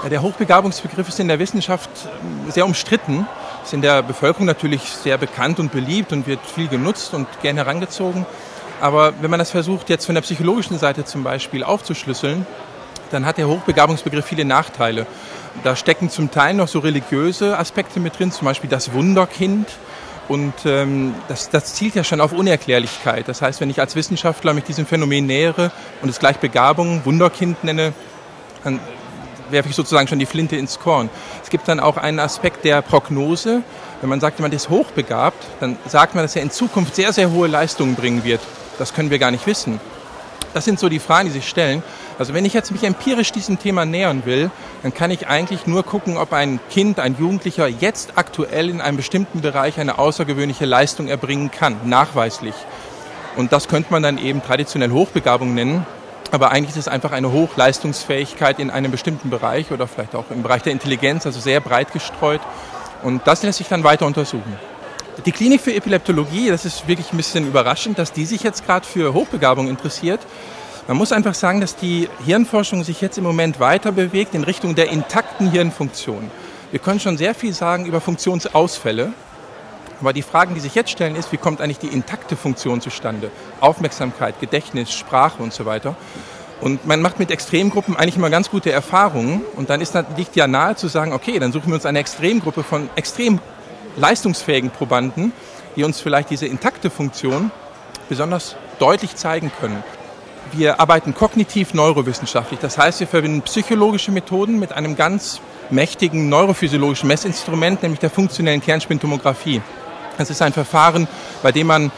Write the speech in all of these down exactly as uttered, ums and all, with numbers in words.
Ja, der Hochbegabungsbegriff ist in der Wissenschaft sehr umstritten, ist in der Bevölkerung natürlich sehr bekannt und beliebt und wird viel genutzt und gern herangezogen. Aber wenn man das versucht, jetzt von der psychologischen Seite zum Beispiel aufzuschlüsseln, dann hat der Hochbegabungsbegriff viele Nachteile. Da stecken zum Teil noch so religiöse Aspekte mit drin, zum Beispiel das Wunderkind. Und ähm, das, das zielt ja schon auf Unerklärlichkeit. Das heißt, wenn ich als Wissenschaftler mich diesem Phänomen nähere und es gleich Begabung, Wunderkind nenne, dann werfe ich sozusagen schon die Flinte ins Korn. Es gibt dann auch einen Aspekt der Prognose. Wenn man sagt, jemand ist hochbegabt, dann sagt man, dass er in Zukunft sehr, sehr hohe Leistungen bringen wird. Das können wir gar nicht wissen. Das sind so die Fragen, die sich stellen. Also wenn ich jetzt mich empirisch diesem Thema nähern will, dann kann ich eigentlich nur gucken, ob ein Kind, ein Jugendlicher jetzt aktuell in einem bestimmten Bereich eine außergewöhnliche Leistung erbringen kann, nachweislich. Und das könnte man dann eben traditionell Hochbegabung nennen. Aber eigentlich ist es einfach eine Hochleistungsfähigkeit in einem bestimmten Bereich oder vielleicht auch im Bereich der Intelligenz, also sehr breit gestreut. Und das lässt sich dann weiter untersuchen. Die Klinik für Epileptologie, das ist wirklich ein bisschen überraschend, dass die sich jetzt gerade für Hochbegabung interessiert. Man muss einfach sagen, dass die Hirnforschung sich jetzt im Moment weiter bewegt in Richtung der intakten Hirnfunktion. Wir können schon sehr viel sagen über Funktionsausfälle, aber die Fragen, die sich jetzt stellen, ist, wie kommt eigentlich die intakte Funktion zustande? Aufmerksamkeit, Gedächtnis, Sprache und so weiter. Und man macht mit Extremgruppen eigentlich immer ganz gute Erfahrungen. Und dann ist, liegt ja nahe zu sagen, okay, dann suchen wir uns eine Extremgruppe von extrem leistungsfähigen Probanden, die uns vielleicht diese intakte Funktion besonders deutlich zeigen können. Wir arbeiten kognitiv neurowissenschaftlich. Das heißt, wir verbinden psychologische Methoden mit einem ganz mächtigen neurophysiologischen Messinstrument, nämlich der funktionellen Kernspintomographie. Das ist ein Verfahren, bei dem man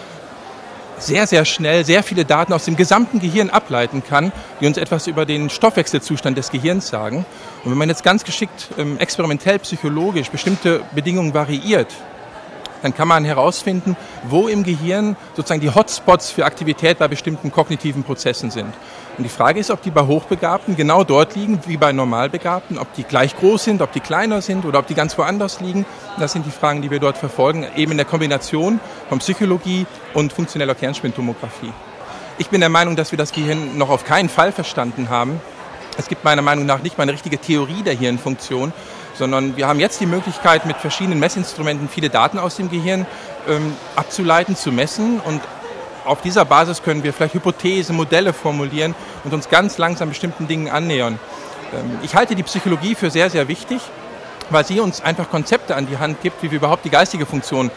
sehr, sehr schnell sehr viele Daten aus dem gesamten Gehirn ableiten kann, die uns etwas über den Stoffwechselzustand des Gehirns sagen. Und wenn man jetzt ganz geschickt ähm, experimentell psychologisch bestimmte Bedingungen variiert, dann kann man herausfinden, wo im Gehirn sozusagen die Hotspots für Aktivität bei bestimmten kognitiven Prozessen sind. Und die Frage ist, ob die bei Hochbegabten genau dort liegen wie bei Normalbegabten, ob die gleich groß sind, ob die kleiner sind oder ob die ganz woanders liegen. Das sind die Fragen, die wir dort verfolgen, eben in der Kombination von Psychologie und funktioneller Kernspintomographie. Ich bin der Meinung, dass wir das Gehirn noch auf keinen Fall verstanden haben. Es gibt meiner Meinung nach nicht mal eine richtige Theorie der Hirnfunktion, sondern wir haben jetzt die Möglichkeit, mit verschiedenen Messinstrumenten viele Daten aus dem Gehirn ähm, abzuleiten, zu messen. Und auf dieser Basis können wir vielleicht Hypothesen, Modelle formulieren und uns ganz langsam bestimmten Dingen annähern. Ähm, ich halte die Psychologie für sehr, sehr wichtig, weil sie uns einfach Konzepte an die Hand gibt, wie wir überhaupt die geistige Funktion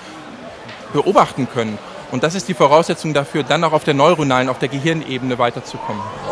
beobachten können. Und das ist die Voraussetzung dafür, dann auch auf der neuronalen, auf der Gehirnebene weiterzukommen.